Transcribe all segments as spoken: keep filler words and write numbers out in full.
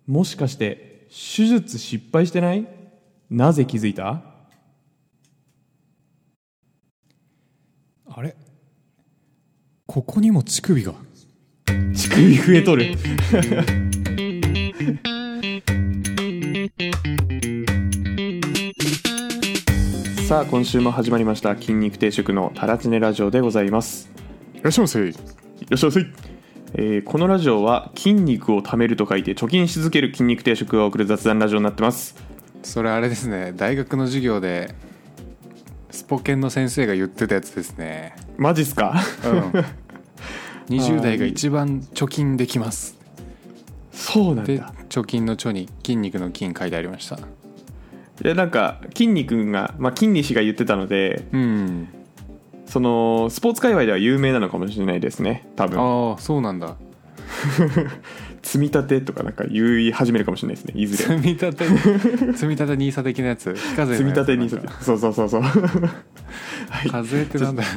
もしかして手術失敗してない？なぜ気づいた？ あれ、ここにも乳首が。 乳首増えとるさあ今週も始まりました筋肉定食のタラチネラジオでございます。 いらっしゃいませ。 いらっしゃいませ。えー、このラジオは筋肉を貯めると書いて貯金し続ける筋肉定食を送る雑談ラジオになってます。 それあれですね、大学の授業でスポケンの先生が言ってたやつですね。 マジっすか？うんにじゅう代が一番貯金できます。 そうなんだ。 で貯金の貯に筋肉の筋書いてありました。 いやなんか筋肉が、まあ、筋西が言ってたので、 うん、 そのスポーツ界隈では有名なのかもしれないですね多分。 ああそうなんだ積み立てとかなんか言い始めるかもしれないですねいずれ。 積み立て積み立てニーサ的なやつ、非課税積みのやつ。 立てニーサ、そうそうそうそうはい、 課税ってなんだよ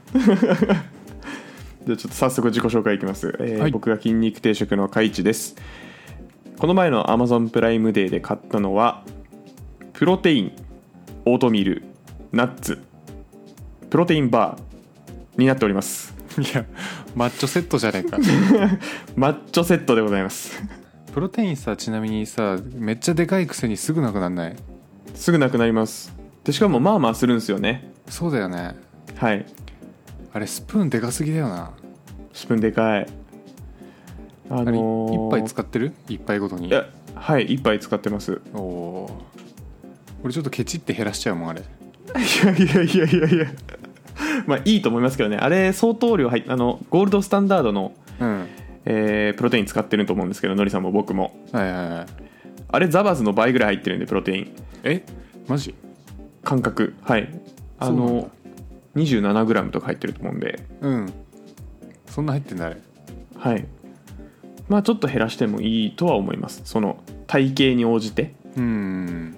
じゃあちょっと早速自己紹介いきます、えーはい、 僕が筋肉定食のカイチです。この前の Amazon プライムデーで買ったのはプロテイン、オートミール、ナッツ、プロテインバーになっております。 いやマッチョセットじゃねえかマッチョセットでございますプロテインさ、ちなみにさ、めっちゃでかいくせにすぐなくなんない？ すぐなくなります。でしかもまあまあするんですよね。 そうだよね。 はい。 あれスプーンでかすぎだよな。 スプーンでかい。あのー、 あれ一杯使ってる？一杯ごとに。 いや、はい、一杯使ってます。 おお。俺ちょっとケチって減らしちゃうもんあれ。いやいやいやいやいやまあいいと思いますけどね。あれ相当量入っあのゴールドスタンダードの、 うんえー、プロテイン使ってると思うんですけど、のりさんも僕も。 はいはいはい。 あれザバスの倍ぐらい入ってるんで、プロテイン。 えマジ？ 感覚、はい。あの にじゅうななグラム とか入ってると思うんで。 うん。そんな入ってんだあれ。 はい。まあちょっと減らしてもいいとは思います。その体型に応じて。 うん。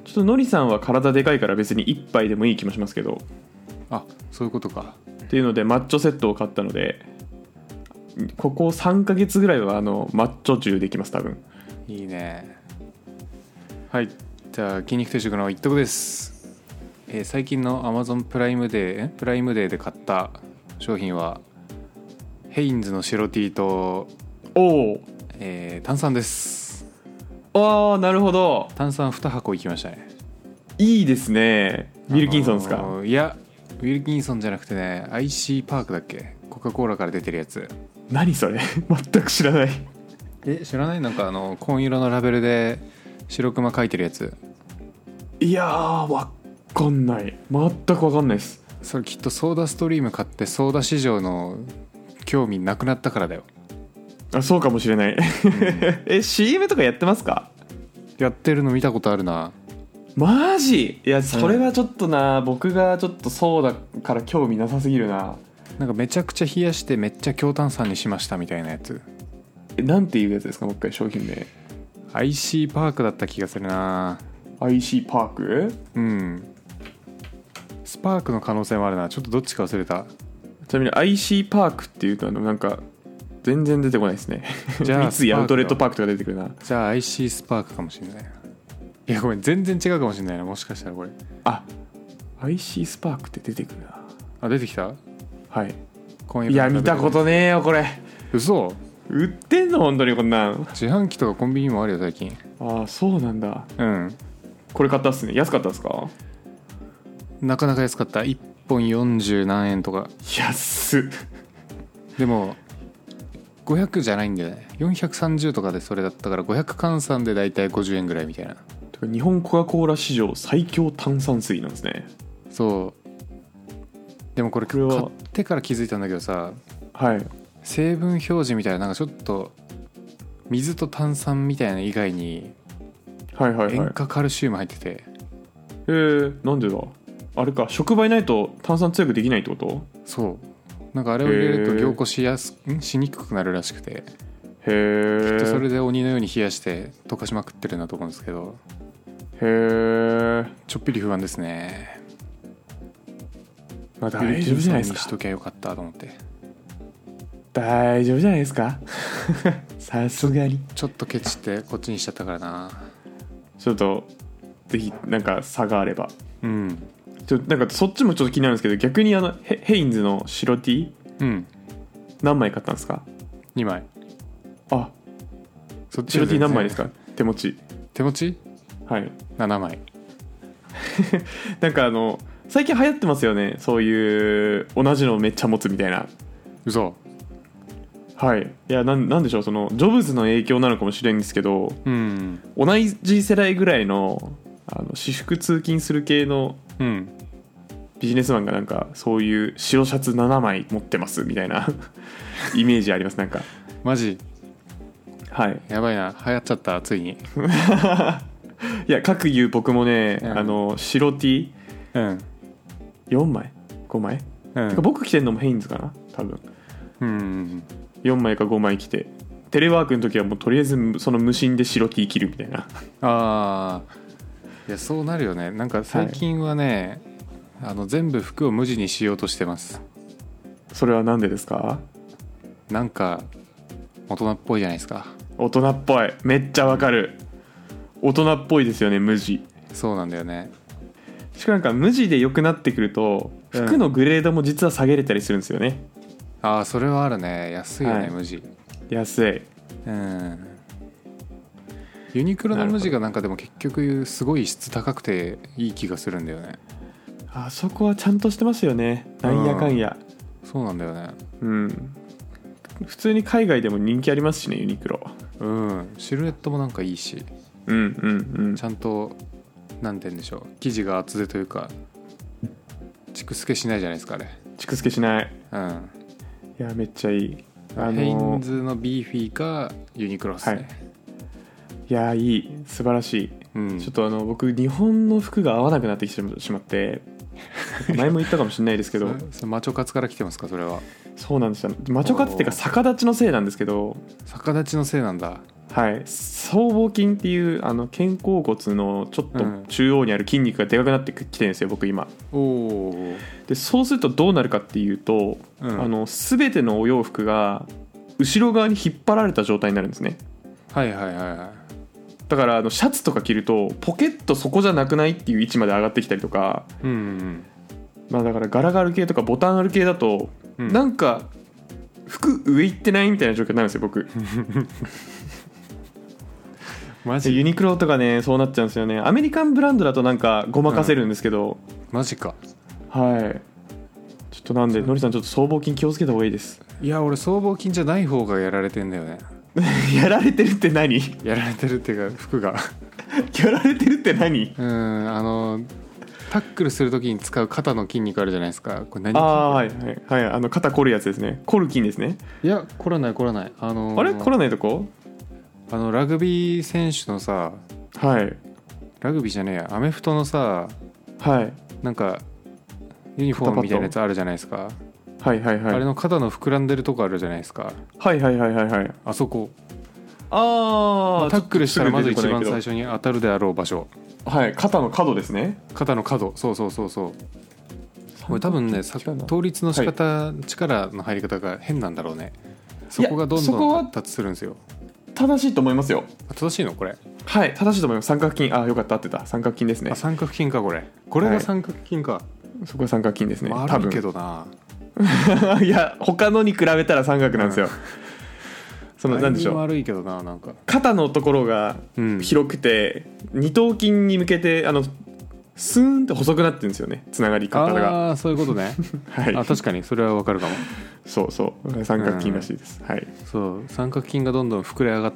ちょっとのりさんは体でかいから別に一杯でもいい気もしますけど。 あ、そういうことか。 っていうのでマッチョセットを買ったので、ここさんかげつぐらいはあのマッチョ中できます多分。 いいね。はい。じゃあ筋肉定食の一徳です。えー、最近の Amazon プライムデープライムデーで買った商品はヘインズの白 T とおお、 えー、炭酸です。 ああなるほど。 炭酸に箱いきましたね。 いいですね。ウィルキンソンですか？ あのー、いやウィルキンソンじゃなくてね、 アイシー パークだっけ、コカ・コーラから出てるやつ。 何それ全く知らない。 え、知らない？なんかあの紺色のラベルで白クマ書いてるやつ。 いやーわかんない、全くわかんないです。 それきっとソーダストリーム買ってソーダ市場の興味なくなったからだよ。 あ、そうかもしれない、うん、え シーエム とかやってますか？ やってるの見たことあるな。 マジ？いやそれはちょっとな、うん、僕がちょっとソーダから興味なさすぎるな。 なんかめちゃくちゃ冷やしてめっちゃ強炭酸にしましたみたいなやつ。 え、なんていうやつですか？もう一回商品名。 アイシー パークだった気がするな。 アイシー パーク？ うん、スパークの可能性もあるな。ちょっとどっちか忘れた。 ちなみに アイシー パークっていうとなんか全然出てこないですね。 じゃあ三井アウトレットパークとか出てくるな。 じゃあ アイシー スパークかもしれないな。いやごめん、全然違うかもしれないな、もしかしたらこれ。 あ、アイシー スパークって出てくるな。 あ、出てきた。 はい。 今夜いや見たことねえよこれ。 嘘？ 売ってんの本当にこんなん。 自販機とかコンビニもあるよ最近。 ああそうなんだ。 うん。 これ買ったっすね。安かったっすか？ なかなか安かった。いっぽんよんじゅう何円とか。 安っ。 でもごひゃくじゃないんだよね。よんひゃくさんじゅうとかでそれだったから、ごひゃく換算でだいたいごじゅうえんぐらいみたいな。 日本コカ・コーラ史上最強炭酸水なんですね。 そうでもこれ買ってから気づいたんだけどさ、 はい、 成分表示みたいな、なんかちょっと水と炭酸みたいな以外にはいはいはい、 塩化カルシウム入ってて。 えー、なんでだ。あれか、触媒ないと炭酸強くできないってこと？ そう、なんかあれを入れると凝固しやすんしにくくなるらしくて、 へー、 きっとそれで鬼のように冷やして溶かしまくってるんだと思うんですけど、 へー、 ちょっぴり不安ですね。 まあ大丈夫じゃないですか。 にしときゃよかったと思って。 大丈夫じゃないですかさすがにちょっとケチってこっちにしちゃったからな。 ちょっとぜひなんか差があれば、 うんちょなんかそっちもちょっと気になるんですけど、逆にあのヘヘインズの白 T うん何枚買ったんですか？ にまい。 あ、 そっち白 T 何枚でですか？手持ち。 手持ちはいななまい。 なんかあの最近流行ってますよね、そういう同じのめっちゃ持つみたいな。 嘘。 はい、いやなんなんでしょう、そのジョブズの影響なのかもしれないんですけど、 うん同じ世代ぐらいのあの私服通勤する系のうんビジネスマンがなんかそういう白シャツななまい持ってますみたいなイメージあります。なんかマジはいやばいな、流行っちゃったついに。 いや各言う僕もね、 うんあの白 T うんよんまいごまい、 うんてか僕着てんのもヘインズかな多分。 うんよんまいかごまい着て、テレワークの時はもうとりあえずその無心で白 T 着るみたいな。 あーいやそうなるよね。なんか最近はね、はい、あの全部服を無地にしようとしてます。 それはなんでですか？ なんか大人っぽいじゃないですか。 大人っぽい、めっちゃわかる。大人っぽいですよね無地。 そうなんだよね。 しかもなんか無地で良くなってくると服のグレードも実は下げれたりするんですよね、 うん、ああそれはあるね。安いよね、はい、無地安い。 うんユニクロの無地がなんかでも結局すごい質高くていい気がするんだよね。 あそこはちゃんとしてますよね、なんやかんや、 うん、そうなんだよね。 うん普通に海外でも人気ありますしねユニクロ。 うんシルエットもなんかいいし、 うんうんうんちゃんとなんて言うんでしょう、生地が厚手というか蓄付けしないじゃないですかあれ。 蓄付けしない。 うんいやめっちゃいい。 あのー、ヘインズのビーフィーかユニクロですね、はい、 いやいい素晴らしい、うん、ちょっとあの僕日本の服が合わなくなってきてしまって前も言ったかもしれないですけどそれマチョカツから来てますかそれは。 そうなんですよ。マチョカツっていうか逆立ちのせいなんですけど。 逆立ちのせいなんだ。 はい僧帽筋っていうあの肩甲骨のちょっと中央にある筋肉がでかくなってきてるんですよ僕今。 おでそうするとどうなるかっていうと、うん、あの全てのお洋服が後ろ側に引っ張られた状態になるんですね。 はいはいはいはい。 だからあのシャツとか着るとポケットそこじゃなくないっていう位置まで上がってきたりとか、 うんうん、 まあだから柄がある系とかボタンある系だと、うん、なんか服上行ってないみたいな状況になるんですよ僕マジユニクロとかねそうなっちゃうんですよね。アメリカンブランドだとなんかごまかせるんですけど、 うん、マジか。 はいちょっとなんでのりさんちょっと僧帽筋気をつけた方がいいです。 いや俺僧帽筋じゃない方がやられてんだよねやられてるって何？ やられてるっていうか服がやられてるって何？ うんあのタックルするときに使う肩の筋肉あるじゃないですか。これ何筋？ ああはいはいはい、あの肩凝るやつですね。凝る筋ですね。 いや凝らない凝らない。あのー、 あれ凝らないとこ？ あのラグビー選手のさ、 はいラグビーじゃねえやアメフトのさ、 はいなんかユニフォームみたいなやつあるじゃないですか。 はいはいはい。 あれの肩の膨らんでるとこあるじゃないですか。 はいはいはいはいはい。 あそこ。 ああタックルしたらまず一番最初に当たるであろう場所。 はい肩の角ですね。 肩の角そうそうそうそう。これ多分ね倒立の仕方、はい、力の入り方が変なんだろうね。そこがどんどん発達するんですよ。 正しいと思いますよ。 正しいのこれ？ はい正しいと思います。三角筋、あよかった合ってた。三角筋ですね。 あ三角筋かこれ。これが三角筋か。はい、 そこが三角筋ですね。 悪いけどな。 いや他のに比べたら三角なんですよ。うん、そのなんでしょう。 悪いけどななんか。 肩のところが広くて、うん、二頭筋に向けてあのスーンって細くなってるんですよね。つながり方が。 ああそういうことね。はい。あ確かにそれはわかるかも。 そうそう三角筋らしいです。うん、はい。 そう三角筋がどんどん膨れ上がって、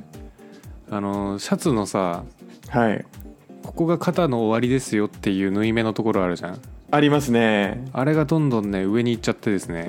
あのシャツのさ、 はい。 ここが肩の終わりですよっていう縫い目のところあるじゃん。 ありますね。 あれがどんどんね上に行っちゃってですね。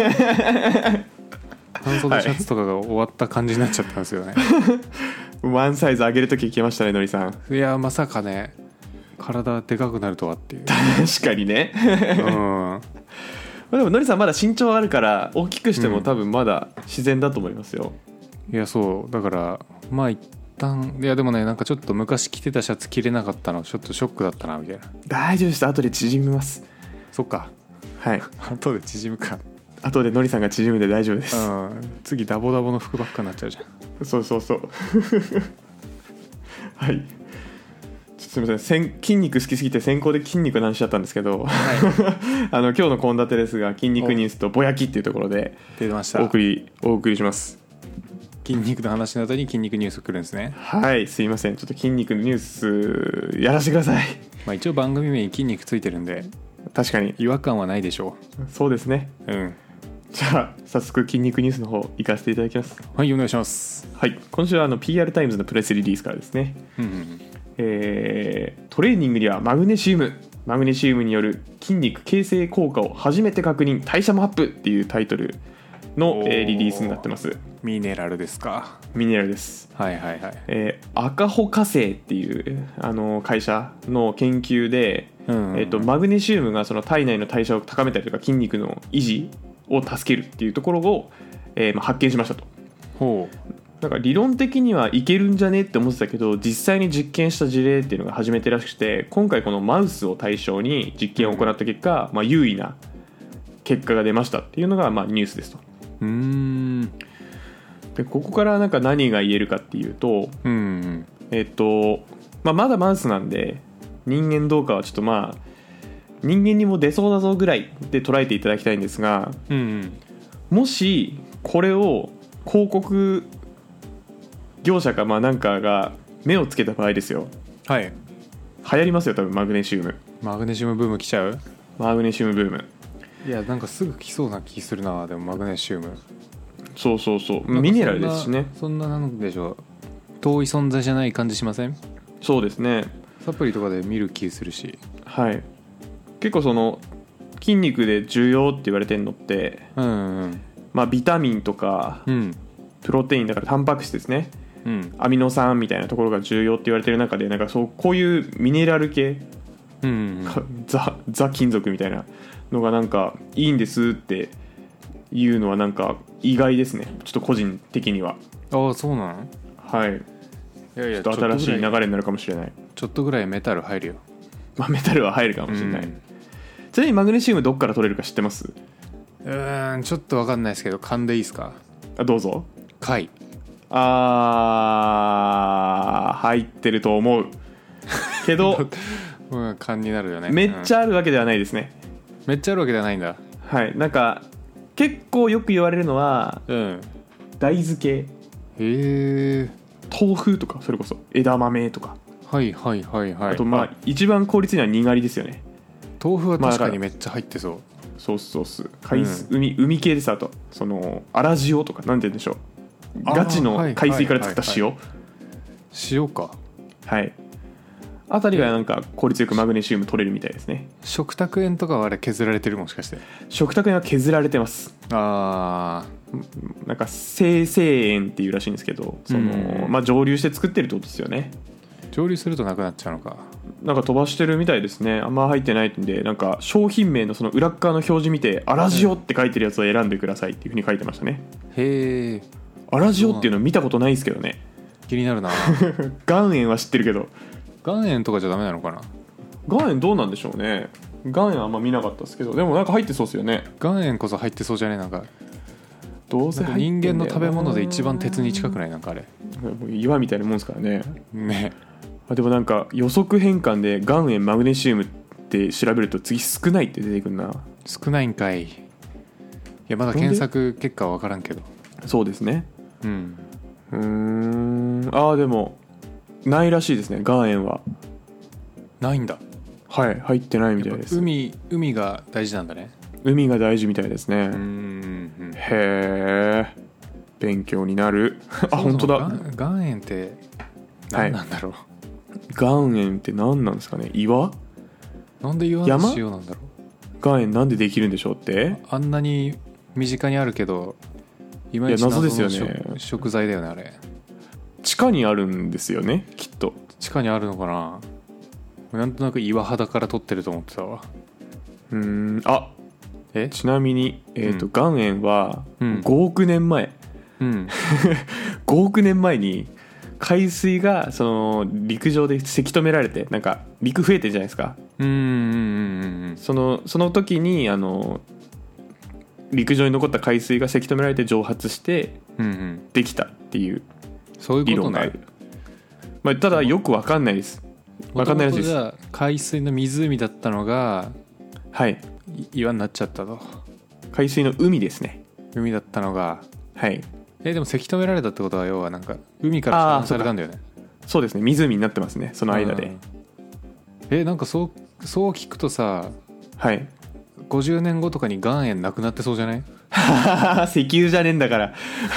半袖シャツとかが終わった感じになっちゃったんですよね。 ワンサイズ上げるとき聞きましたねのりさん。 いやまさかね体でかくなるとはっていう。 確かにね。うんでものりさんまだ身長あるから大きくしても多分まだ自然だと思いますよ。 うん、いやそうだからまあ一旦いやでもねなんかちょっと昔着てたシャツ着れなかったのちょっとショックだったなみたいな。 大丈夫です後で縮みます。 そっかはい後で縮むか。 後でのりさんが縮むんで大丈夫です、 うん、次ダボダボの服ばっかになっちゃうじゃん。 そうそうそうはい、ちょっとすみません、筋肉好きすぎて先行で筋肉の話しちゃったんですけど、はい、あの今日の献立ですが、筋肉ニュースとぼやきっていうところで出ました。 お送りお送りします。 筋肉の話の後に筋肉ニュース来るんですね。 はい、すいません、ちょっと筋肉のニュースやらせてください。 まあ一応番組名に筋肉ついてるんで確かに違和感はないでしょう。そうですね。 うん。 じゃあ早速筋肉ニュースの方行かせていただきます。 はい、お願いします。 はい、今週はあの ピーアール タイムズのプレスリリースからですね、 うんうんうん、 えー、トレーニングにはマグネシウムマグネシウムによる筋肉形成効果を初めて確認、代謝もアップっていうタイトルの、えー、リリースになってます。 ミネラルですか。 ミネラルです。 はいはいはい。 えー、赤穂化成っていうあの会社の研究で、うんうん、えー、とマグネシウムがその体内の代謝を高めたりとか筋肉の維持を助けるっていうところを、えーまあ、発見しましたと。 ほう。 なんか理論的にはいけるんじゃねって思ってたけど、実際に実験した事例っていうのが初めてらしくて、今回このマウスを対象に実験を行った結果、うん、まあ、有意な結果が出ましたっていうのがまあニュースですと。 うーん。 でここからなんか何が言えるかっていうと、うんうん、えっと、まあ、まだマウスなんで人間どうかはちょっとまあ人間にも出そうだぞぐらいで捉えていただきたいんですが、うんうん、もしこれを広告業者かまあなんかが目をつけた場合ですよ。 はい。 流行りますよ多分マグネシウム。 マグネシウムブーム来ちゃう？ マグネシウムブーム。 いやなんかすぐ来そうな気するな。でもマグネシウム。 そうそうそうミネラルですしね。 そんななんでしょう。遠い存在じゃない感じしません？ そうですね。 サプリとかで見る気するし。 はい。結構その筋肉で重要って言われてるのって、うんうん、まあビタミンとか、うん、プロテインだからタンパク質ですね。うん、アミノ酸みたいなところが重要って言われてる中でなんかそうこういうミネラル系、うんうん、ザ, ザ金属みたいなのがなんかいいんですっていうのはなんか意外ですね。ちょっと個人的には。 ああそうなの？はい。 いやいやちょっと新しい流れになるかもしれない。 ちょっとぐらいメタル入るよ。 まあメタルは入るかもしれない、うん、ちなみにマグネシウムどっから取れるか知ってます？ うーんちょっと分かんないですけど勘でいいですか？ あどうぞ。 貝。 あー入ってると思うけどうん、勘になるよね。 めっちゃあるわけではないですね、 うん、めっちゃあるわけではないんだ。 はい。なんか結構よく言われるのは、うん、大豆系。へー。豆腐とかそれこそ枝豆とか。 はいはいはいはい。 あとまあ一番効率にはにがりですよね。 豆腐は確かにめっちゃ入ってそう、まあ、 そうそうそう海水、うん、海, 海系でさ、あとその粗塩とかなんて言うんでしょう、ガチの海水から作った塩、はいはいはいはい、 塩か。 はい。あたりがなんか効率よくマグネシウム取れるみたいですね。 食卓塩とかはあれ削られてる？もしかして。 食卓塩は削られてます。あーなんか精製塩っていうらしいんですけど、その、まあ、蒸留して作ってるってことですよね。 蒸留するとなくなっちゃうのか。 なんか飛ばしてるみたいですね。あんま入ってないんで、なんか商品名のその裏側の表示見て粗塩って書いてるやつを選んでくださいっていうふうに書いてましたね。 へえ。 粗塩っていうの見たことないですけどね。 気になるな。 岩塩は知ってるけど。 岩塩とかじゃダメなのかな。 岩塩どうなんでしょうね。岩塩あんま見なかったですけど、でもなんか入ってそうですよね。 岩塩こそ入ってそうじゃね。なんかどうせ入ってんだよな。 人間の食べ物で一番鉄に近くない？なんかあれ岩みたいなもんですからね。 ね。 あでもなんか予測変換で岩塩マグネシウムって調べると次少ないって出てくるな。 少ないんかい。いやまだ検索結果は分からんけど。 そうですね。うんうーんあーでもないらしいですね。岩塩はないんだ。 はい入ってないみたいです。 海海が大事なんだね。 海が大事みたいですね。うーんへえ勉強になる。あ本当だ。 岩塩って何なんだろう、はい、 岩塩って何なんですかね。岩なんで岩の塩なんだろう。 岩塩なんでできるんでしょうって。 あんなに身近にあるけどいまいち謎の食材だよねあれ。 地下にあるんですよねきっと。 地下にあるのかな。なんとなく岩肌から取ってると思ってたわ。 うーんあえちなみに、えーとうん、岩塩はごおくねんまえ、うん、ごおくねんまえに海水がその陸上でせき止められて、なんか陸増えてるじゃないですか。うんうんうんうん。そのその時にあの陸上に残った海水がせき止められて蒸発してうんうんできたっていうそういうことね理論がある。まあ、ただよく分かんないです。分かんないらしいです。 元々じゃあ海水の湖だったのがはいい岩になっちゃったと。 海水の海ですね。 海だったのがはいえでもせき止められたってことは要はなんか海から遮断されたんだよね。 そうですね、湖になってますね、その間で。 うんえなんかそうそう聞くとさはいごじゅうねんごとかに岩塩なくなってそうじゃない？ 石油じゃねえんだから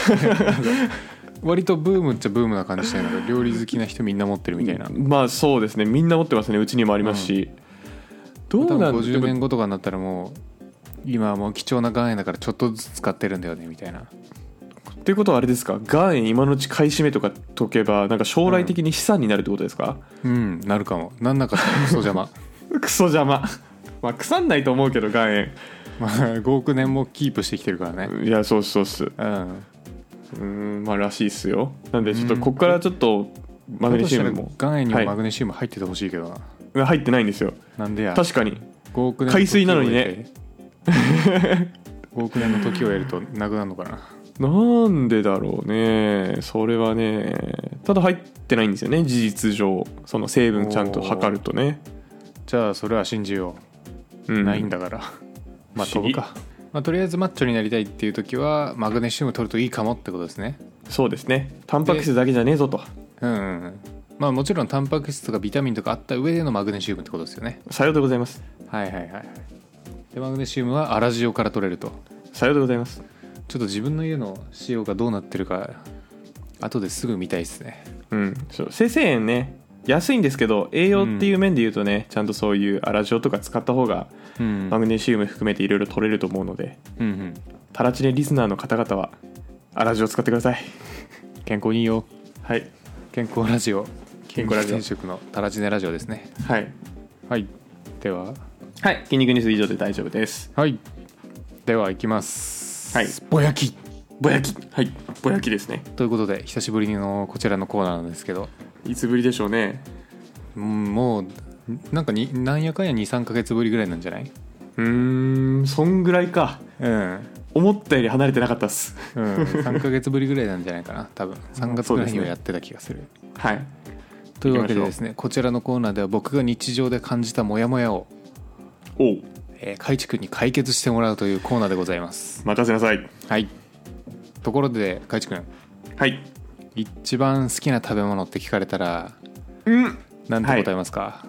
割とブームっちゃブームな感じしてなんか料理好きな人みんな持ってるみたいな。 まあそうですね、みんな持ってますね、うちにもありますし、どうなんごじゅうねんごとかになったらもう今はもう貴重な岩塩だからちょっとずつ使ってるんだよねみたいな。 っていうことはあれですか、岩塩今のうち買い占めとか解けばなんか将来的に資産になるってことですか？ うん、うん、なるかも。なんなかったらクソ邪魔クソ邪魔まあ腐んないと思うけど岩塩まあごおくねんもキープしてきてるからね。 いやそうそうっす。 うんうーんまあらしいっすよ。なんでちょっとここからちょっとマグネシウムも岩塩にもマグネシウム入っててほしいけどな、 はい、入ってないんですよ。 なんでや。 確かにごおくねん海水なのにねごおくねんの時を得るとなくなるのかな。 なんでだろうね。それはねただ入ってないんですよね、事実上。その成分ちゃんと測るとね。 じゃあそれは信じよう、 うん、 ないんだからまあ飛ぶか。まあ、とりあえずマッチョになりたいっていう時はマグネシウム取るといいかもってことですね。 そうですね、タンパク質だけじゃねえぞと。 うん、うん、まあもちろんタンパク質とかビタミンとかあった上でのマグネシウムってことですよね。 さようでございます。 はいはいはいはい。でマグネシウムは粗塩から取れると。 さようでございます。 ちょっと自分の家の塩がどうなってるか後ですぐ見たいですね。 うんそう生成塩ね安いんですけど栄養っていう面で言うとね、うん、ちゃんとそういう粗塩とか使った方がマグネシウム含めていろいろ取れると思うので、 うんうん、 タラチネリスナーの方々は粗塩を使ってください。 健康にいいよ。 はい健康ラジオ、 健康ラジオ転職のタラチネラジオですね。 はいはいでははい筋肉ニュース以上で大丈夫です。 はいでは行きます。 はいぼやきぼやきはいぼやきですね。 ということで久しぶりのこちらのコーナーなんですけど、 いつぶりでしょうね。 うん、もうなんかになんやかんや にさんかげつぶりぐらいなんじゃない？ うーんそんぐらいか。 うん思ったより離れてなかったっす。 うん、さんかげつぶりぐらいなんじゃないかな多分。さんがつぐらいにはやってた気がする。 はいというわけでですね、こちらのコーナーでは僕が日常で感じたモヤモヤをおうえー、海地君に解決してもらうというコーナーでございます。 任せなさい。 はいところで海地君、 はい一番好きな食べ物って聞かれたらうん何て答えますか？ はい、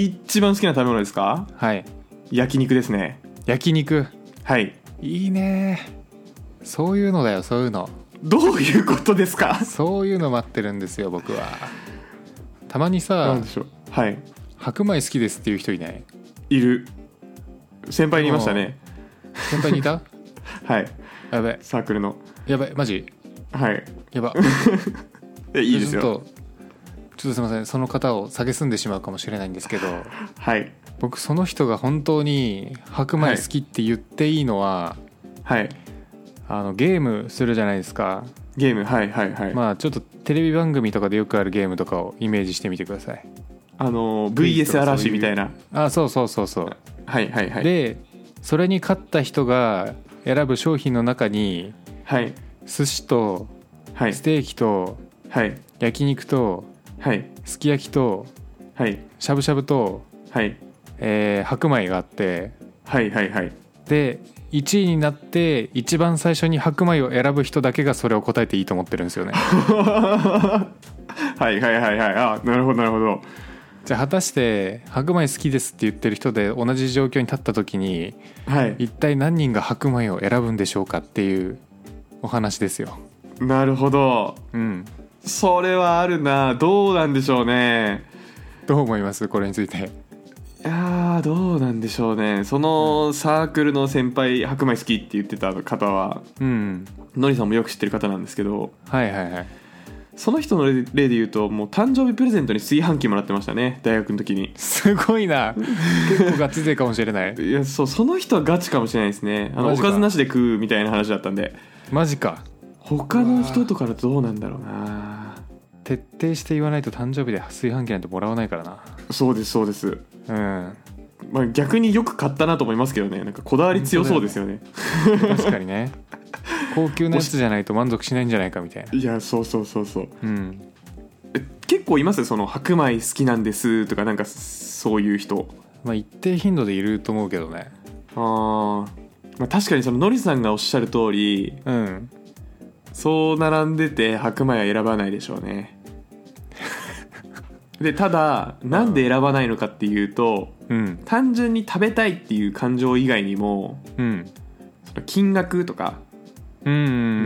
一番好きな食べ物ですか？ はい焼肉ですね。 焼肉。 はいいいね。そういうのだよそういうの。 どういうことですか？ そういうの待ってるんですよ僕は。たまにさなんでしょう、はい白米好きですっていう人いない？ いる。先輩にいましたね。 先輩にいた？ はいやべサークルの。 やばいマジはいやばえいいですよ。 ちょっとちょっとすいませんその方を蔑んでしまうかもしれないんですけど、 はい僕その人が本当に白米好きって言っていいのは、 はい、 あのゲームするじゃないですか。 ゲームはいはいはい、 まあちょっとテレビ番組とかでよくあるゲームとかをイメージしてみてください。 あの ブイエス 嵐みたいな。 あそうそうそうそう。 はいはいはい。 でそれに勝った人が選ぶ商品の中に、 はい、 寿司とはい、 ステーキと、はい、焼肉と、はい、すき焼きと、はい、しゃぶしゃぶと、はいえー、白米があって、はいはいはい、でいちいになって一番最初に白米を選ぶ人だけがそれを答えていいと思ってるんですよね。はいはいはいはい。あ、なるほどなるほど。じゃあ果たして白米好きですって言ってる人で同じ状況に立った時に、はい、一体何人が白米を選ぶんでしょうかっていうお話ですよ。なるほど、うん、それはあるな。どうなんでしょうね。どう思いますこれについて。いやどうなんでしょうね。そのサークルの先輩白米好きって言ってた方は、うん、のりさんもよく知ってる方なんですけど、はいはいはい、その人の例で言うともう誕生日プレゼントに炊飯器もらってましたね、大学の時に。すごいな。結構ガチ勢かもしれない。いやそう、その人はガチかもしれないですね。あのおかずなしで食うみたいな話だったんで。マジか。他の人とかだとどうなんだろうな。徹底して言わないと誕生日で炊飯器なんてもらわないからな。そうですそうです。うん、 まあ、逆によく買ったなと思いますけどね。なんかこだわり強そうですよね。 確かにね。高級なやつじゃないと満足しないんじゃないかみたいな。 いやそうそうそうそう、 うん、 え結構いますよ、その白米好きなんですとか、なんかそういう人。 まあ一定頻度でいると思うけどね。 あ、まあ確かにそののりさんがおっしゃる通り、 うん、 そう並んでて白米は選ばないでしょうね。でただなんで選ばないのかっていうと、 うん、 単純に食べたいっていう感情以外にも、 うん、 その金額とか、 うん、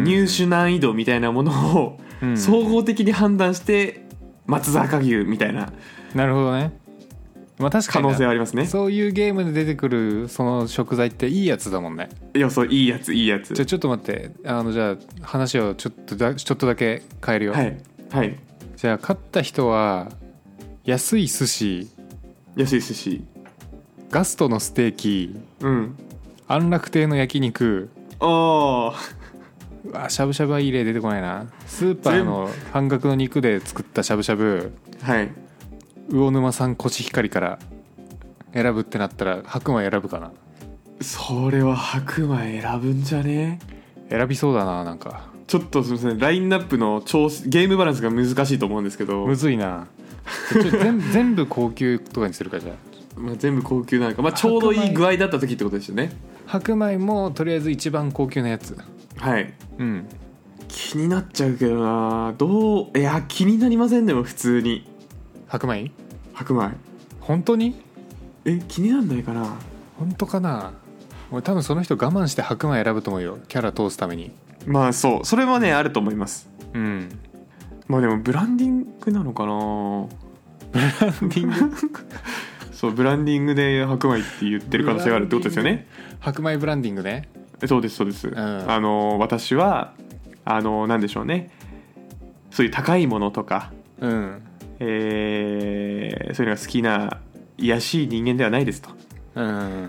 入手難易度みたいなものを、うん、総合的に判断して松坂牛みたいな。 なるほどね。まあ確かに可能性はありますね。 そういうゲームで出てくるその食材っていいやつだもんね。 いやそういいやついいやつ。 じゃあちょっと待って、あのじゃあ話をちょっとだちょっとだけ変えるよ。 はいはい。 じゃあ勝った人は安い寿司、 安い寿司、 ガストのステーキ、 うん、 安楽亭の焼肉。 ああ、しゃぶしゃぶはいい例出てこないな。スーパーの半額の肉で作ったしゃぶしゃぶ、 はい、 魚沼産コシヒカリから選ぶってなったら白米選ぶかな。 それは白米選ぶんじゃね？ 選びそうだな。なんかちょっとすみません、ラインナップの調子ゲームバランスが難しいと思うんですけど。 むずいな。ちょ全, 全部高級とかにするか。じゃあ、 まあ、全部高級なのか、まあ、ちょうどいい具合だった時ってことですよね。 白米もとりあえず一番高級なやつ。 はい、 うん、 気になっちゃうけどな。どう、いや気になりませんね。も普通に白米白米本当にえ気になんないかな。 本当かな。俺多分その人我慢して白米選ぶと思うよ、キャラ通すために。 まあそう、それはねあると思います。 うん。 まあでもブランディングなのかな。 ブランディングそう、ブランディングで白米って言ってる可能性があるってことですよね。 白米ブランディングね。 そうですそうです、うん、あの私はあのなんでしょうね、そういう高いものとか、 うん、 えー、そういうのが好きな卑しい人間ではないですと、 うん、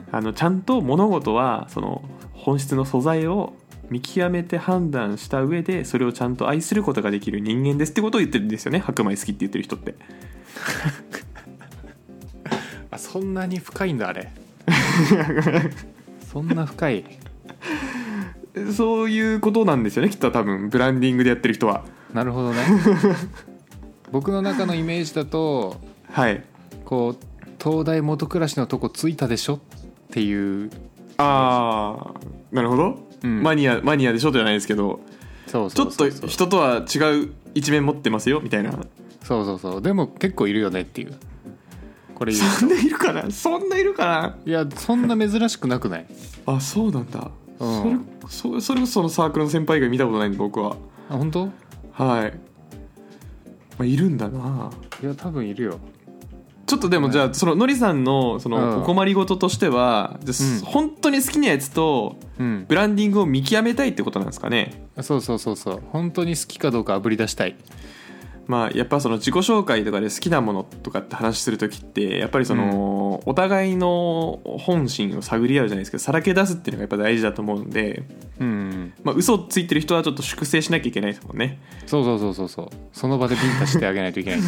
あのちゃんと物事はその本質の素材を見極めて判断した上でそれをちゃんと愛することができる人間ですってことを言ってるんですよね、白米好きって言ってる人ってあ、そんなに深いんだあれそんな深いそういうことなんですよねきっと。多分ブランディングでやってる人は。 なるほどね僕の中のイメージだと、 はい、 こう東大元暮らしのとこついたでしょっていう。 ああ、なるほど、うん、マニアマニアでしょじゃないですけど、 そうそうそうそう、 ちょっと人とは違う一面持ってますよみたいな。 そうそうそう、でも結構いるよねっていう。これ言うとそんないるかな。そんないるかな。 いやそんな珍しくなくない？ あ、そうなんだ、うん、それそれこそそのサークルの先輩以外見たことないんで僕は。 あ、本当？ はい、まあ、いるんだな。 いや多分いるよ。 ちょっとでもじゃあそののりさんのそのお困りごととしては、うん、本当に好きなやつとブランディングを見極めたいってことなんですかね、 うん、そうそうそうそう、本当に好きかどうかあぶり出したい。 まあやっぱその自己紹介とかで好きなものとかって話するときってやっぱりその、うん、お互いの本心を探り合うじゃないですけどさらけ出すっていうのがやっぱ大事だと思うんで、うん、まあ嘘ついてる人はちょっと粛清しなきゃいけないですもんね。 そうそうそうそうそう、その場でビンタしてあげないといけない、うん、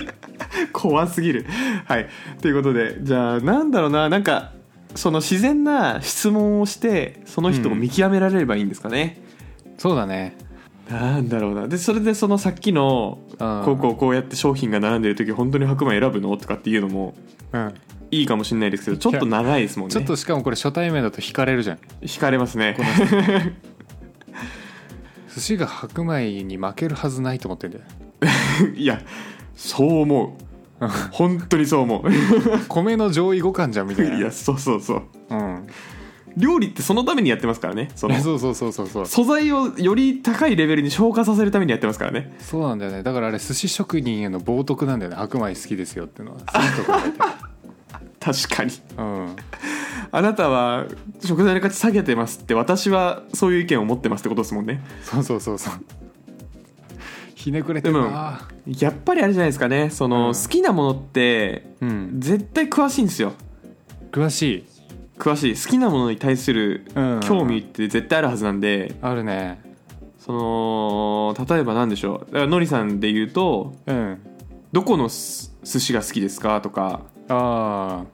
怖すぎる。はい、ということでじゃあなんだろうな、なんかその自然な質問をしてその人を見極められればいいんですかね、 うん、そうだね。 なんだろうな。でそれでそのさっきのこうこうこうやって商品が並んでる時本当に白米選ぶのとかっていうのもいいかもしれないですけど、ちょっと長いですもんね。 ちょっとしかもこれ初対面だと引かれるじゃん。 引かれますね寿司が白米に負けるはずないと思ってんだよいやそう思う本当にそう思う米の上位互換じゃんみたいな。 いやそうそうそう、 うん、 料理ってそのためにやってますからね。そのそうそうそうそうそう、 素材をより高いレベルに昇華させるためにやってますからね。 そうなんだよね。だからあれ寿司職人への冒涜なんだよね。白米好きですよっていうのは確かに、 うん、 あなたは食材の価値下げてますって私はそういう意見を持ってますってことですもんね。 そうそうそうそうひねくれてるな。でもやっぱりあれじゃないですかね、その、うん、好きなものって、うん、絶対詳しいんですよ。 詳しい詳しい好きなものに対する興味って絶対あるはずなんで、 うん、あるね。 その例えば何でしょう、だからのりさんで言うと、うん、どこの寿司が好きですかとか、 あ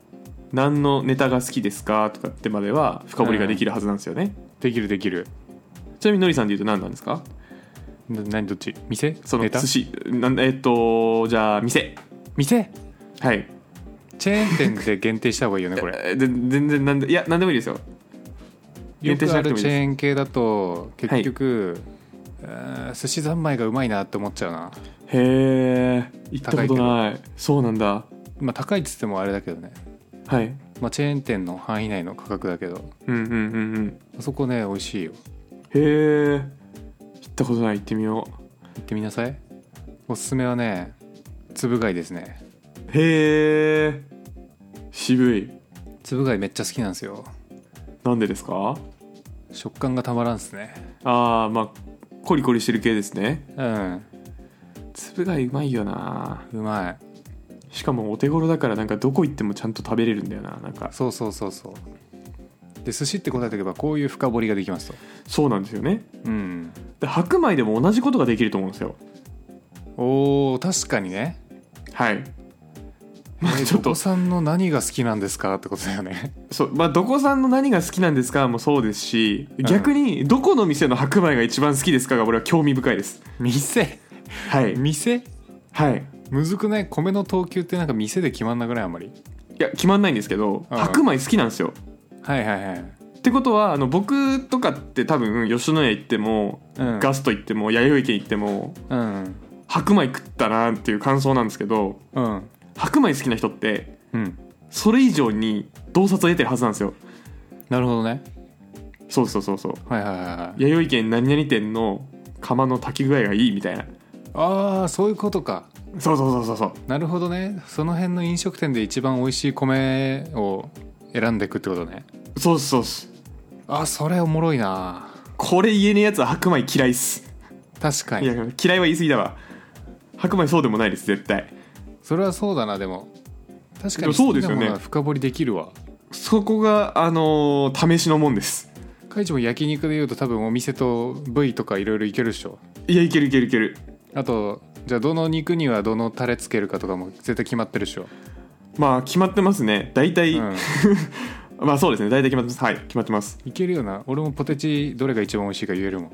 何のネタが好きですかとかってまでは深掘りができるはずなんですよね、 できるできる。 ちなみにのりさんで言うと何なんですか？ な何どっち？店？ そのネタ？ 寿司なんえっとじゃあ店店？ はいチェーン店で限定した方がいいよねこれ。 えで全然なんでいや何でもいいですよ。 よ限定しくあるチなくてもいいです。 ェーン系だと結局、えー寿司三昧がうまいなって思っちゃうな。 へえ行ったことない。そうなんだ。 まあ高いっつってもあれだけどね、 はいまあ、チェーン店の範囲内の価格だけど、 うんうんうんうんあそこね美味しいよ。 へえ行ったことない。行ってみよ行ってみなさい。おすすめはねつぶ貝ですね。 う。へえ渋い。 つぶ貝めっちゃ好きなんですよ。 なんでですか？ 食感がたまらんっすね。 ああまあコリコリしてる系ですね。 うんつぶ貝うまいよな。 うまい。 しかもお手頃だからなんかどこ行ってもちゃんと食べれるんだよな。なんかそうそうそうそう。で寿司って答えておけばこういう深掘りができますと。 そうなんですよね。 うんで白米でも同じことができると思うんですよ。 おー確かにね。 はいえー、 ちょっとどこさんの何が好きなんですかってことだよね。 そうまあどこさんの何が好きなんですかもそうですし、逆にどこの店の白米が一番好きですかが俺は興味深いです。 店はい店はいむずくない？米の等級ってなんか店で決まんなくないあんまり。 いや決まんないんですけど、 うん白米好きなんですよ。 はいはいはい。 ってことはあの僕とかって多分吉野家行っても、 うんガスト行っても弥生県行ってもうん白米食ったなっていう感想なんですけど、 うん白米好きな人ってうんそれ以上に洞察を得てるはずなんですよ。 なるほどね。 そうそうそうそうはいはいはいはい。 弥生県何々店の釜の炊き具合がいいみたいな。 ああそういうことか。 そうそうそうそうそうなるほどね。その辺の飲食店で一番美味しい米を選んでいくってことね。 そうそうそう。 あそれおもろいな。 これ言えねえやつは白米嫌いっす。 確かにいや嫌いは言い過ぎだわ。白米そうでもないです絶対。 それはそうだな。でも確かでもに好きなそうですよねものは深掘りできるわ。 そこがあのー試しのもんです。 カイチも焼肉でいうと多分お店と部位とかいろいろいけるでしょ。 いやいけるいけるいける。 あとじゃあどの肉にはどのタレつけるかとかも絶対決まってるでしょ。 まあ決まってますね大体、 うん、 まあそうですね大体決まってます。はい決まってます。 いけるよな。俺もポテチどれが一番美味しいか言えるもん。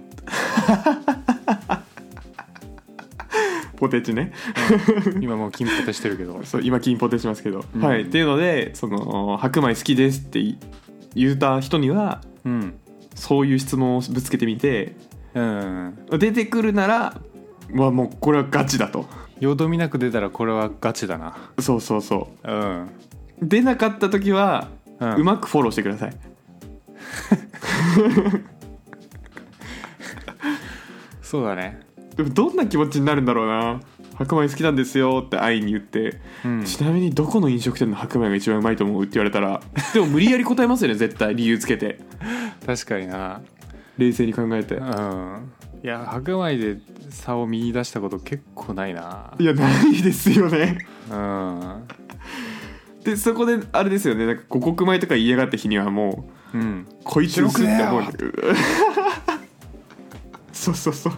ポテチね今もう金ポテしてるけどそう今金ポテしますけど、 うんはいっていうのでその白米好きですって言った人にはうんそういう質問をぶつけてみてうん出てくるならまあもうこれはガチだと。 よどみなく出たらこれはガチだな。 そうそうそうんう出なかった時は、 ううんまくフォローしてください。 そうだね。 でもどんな気持ちになるんだろうな。白米好きなんですよって愛に言って、 うん、 ちなみにどこの飲食店の白米が一番うまいと思うって言われたらでも無理やり答えますよね絶対理由つけて確かにな。 冷静に考えて。 うんいや白米で差を見出したこと結構ないな。 いやないですよね。 うんでそこであれですよねなんか五穀米とか言いやがった日にはもううんこいつ薄って思う白そうそうそう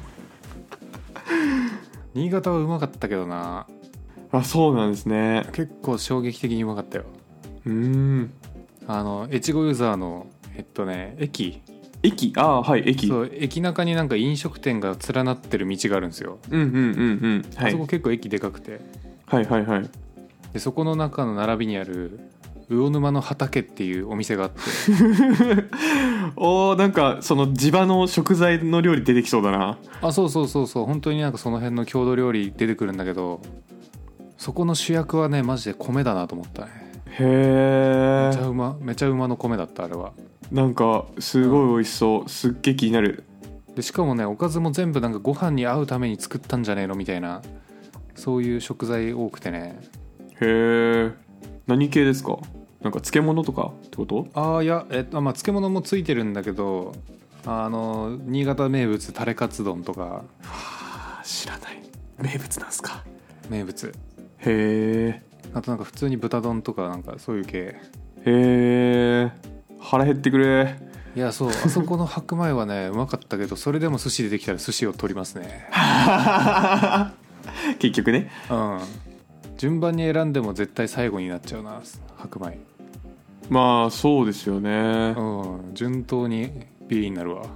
新潟はうまかったけどな。 あそうなんですね。 結構衝撃的にうまかったよ。 うーんあの越後湯沢のえっとね駅駅ああはい駅そう駅中になんか飲食店が連なってる道があるんですよ。 うんうんうんうんはいあそこ結構駅でかくてはいはいはいでそこの中の並びにある魚沼の畑っていうお店があっておーなんかその地場の食材の料理出てきそうだな。 あそうそうそうそう本当になんかその辺の郷土料理出てくるんだけどそこの主役はねマジで米だなと思ったね。 へえめちゃうまめちゃうまの米だったあれは。 なんかすごい美味しそう、すっげえ気になる。 でしかもねおかずも全部なんかご飯に合うために作ったんじゃねえのみたいなそういう食材多くてね。 へえ何系ですか？なんか漬物とかってこと？ ああいやえっとまあ漬物もついてるんだけどあの新潟名物タレカツ丼とか。 はあ知らない。名物なんすか？ 名物。 へえあとなんか普通に豚丼とかなんかそういう系。 へえ腹減ってくれ。 いやそうあそこの白米はねうまかったけどそれでも寿司でできたら寿司を取りますね。 結局ね。 うん順番に選んでも絶対最後になっちゃうな白米。 まあそうですよね。 うん順当にビリになるわ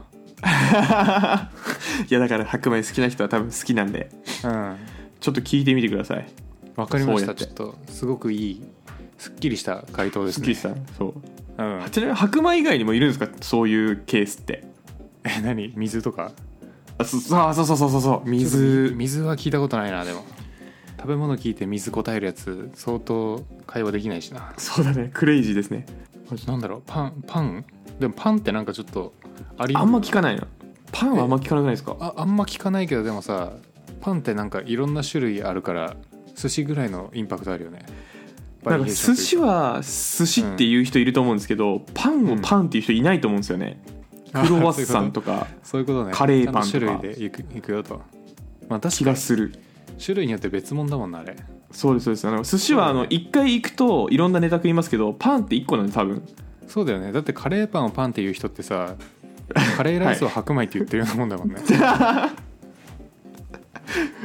いやだから白米好きな人は多分好きなんで、 うん、 ちょっと聞いてみてください。 わかりました。 ちょっとすごくいいすっきりした回答ですね。 すっきりしたそう、 うん、 ちなみに白米以外にもいるんですか、そういうケースって。 え何水とか。 あそそうそうそうそうそう水水は聞いたことないな。でも食べ物聞いて水答えるやつ相当会話できないしな。 そうだね、クレイジーですね。 なんだろうパンパンでもパンってなんかちょっとありあんま聞かないの。パンはあんま聞かなくないですか。 あ, あんま聞かないけどでもさパンってなんかいろんな種類あるから寿司ぐらいのインパクトあるよね。 なんか寿司は寿司っていう人いると思うんですけど、うん、パンをパンっていう人いないと思うんですよね、うん、クロワッサンとかそういうことね。 カレーパンとか種類でいく, いくよと、まあ、確かに気がする。 種類によって別物だもんなあれ。 そうですそうです。あの寿司はあのいっかい行くといろんなネタ食いますけど、パンっていっこなんで多分。 そうだよね。だってカレーパンをパンっていう人ってさカレーライスを白米って言ってるようなもんだもんね、 はい、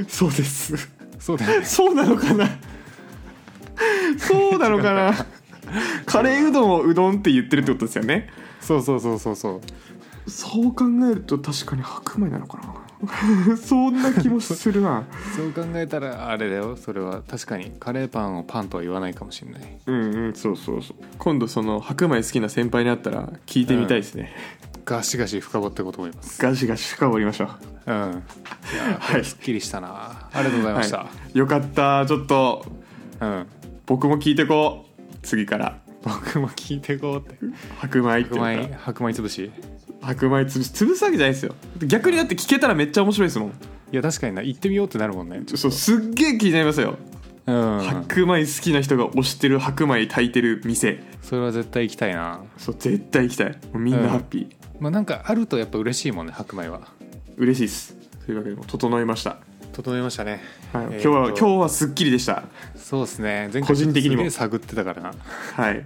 そうですそうだよね。 そうなのかなそうなのかなカレーうどんをうどんって言ってるってことですよね。 そうそうそうそうそうそう考えると確かに白米なのかなそんな気もするなそう考えたらあれだよ。それは確かにカレーパンをパンとは言わないかもしれない。 うんうんそうそうそう。今度その白米好きな先輩に会ったら聞いてみたいですね、 うん、ガシガシ深掘っていこうと思います。 ガシガシ深掘りましょう。 うんいや、はい、すっきりしたな。ありがとうございました、 はい、よかった。ちょっと、うん、僕も聞いてこう次から。 僕も聞いてこうって白米って白米白米つぶし白米つぶし潰すわけじゃないですよ。逆にだって聞けたらめっちゃ面白いですもん。いや確かにな、行ってみようってなるもんね。 そうすっげえ気になりますよ、うん、白米好きな人が推してる白米炊いてる店。 それは絶対行きたいな。 そう絶対行きたい。もうみんなハッピー、うん、 まあなんかあるとやっぱ嬉しいもんね。白米は嬉しいです。というわけでも整いました。 整いましたね、 はい、今日は今日はすっきりでした。 そうですね。前回個人的にもすげえ探ってたからな。 はい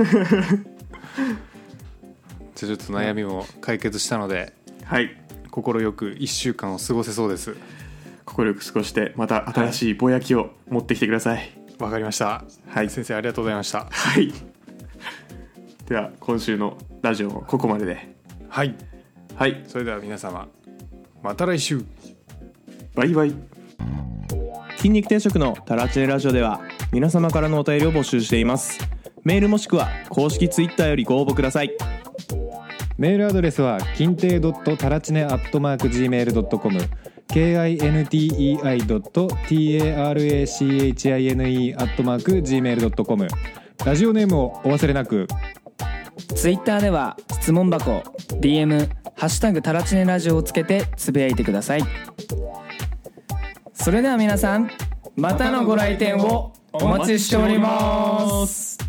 じゃあちょっと悩みも解決したので、 はい、 心よくいっしゅうかんを過ごせそうです。 心よく過ごしてまた新しいぼやきを持ってきてください。 わ、はい、かりました、はい、先生ありがとうございました。 はいでは今週のラジオもここまでで。 はい、 はい、 それでは皆様また来週。 バイバイ。 筋肉定食のタラチネラジオでは皆様からのお便りを募集しています。メールもしくは公式ツイッターよりご応募ください。 メールアドレスは金亭ドットタラチネアットマーク ジーメールドットコム キンテイ ドット タラチネ アットマーク ジーメールドットコム。 ラジオネームをお忘れなく。 ツイッターでは質問箱 ディーエム ハッシュタグタラチネラジオをつけてつぶやいてください。それでは皆さんまたのご来店をお待ちしております。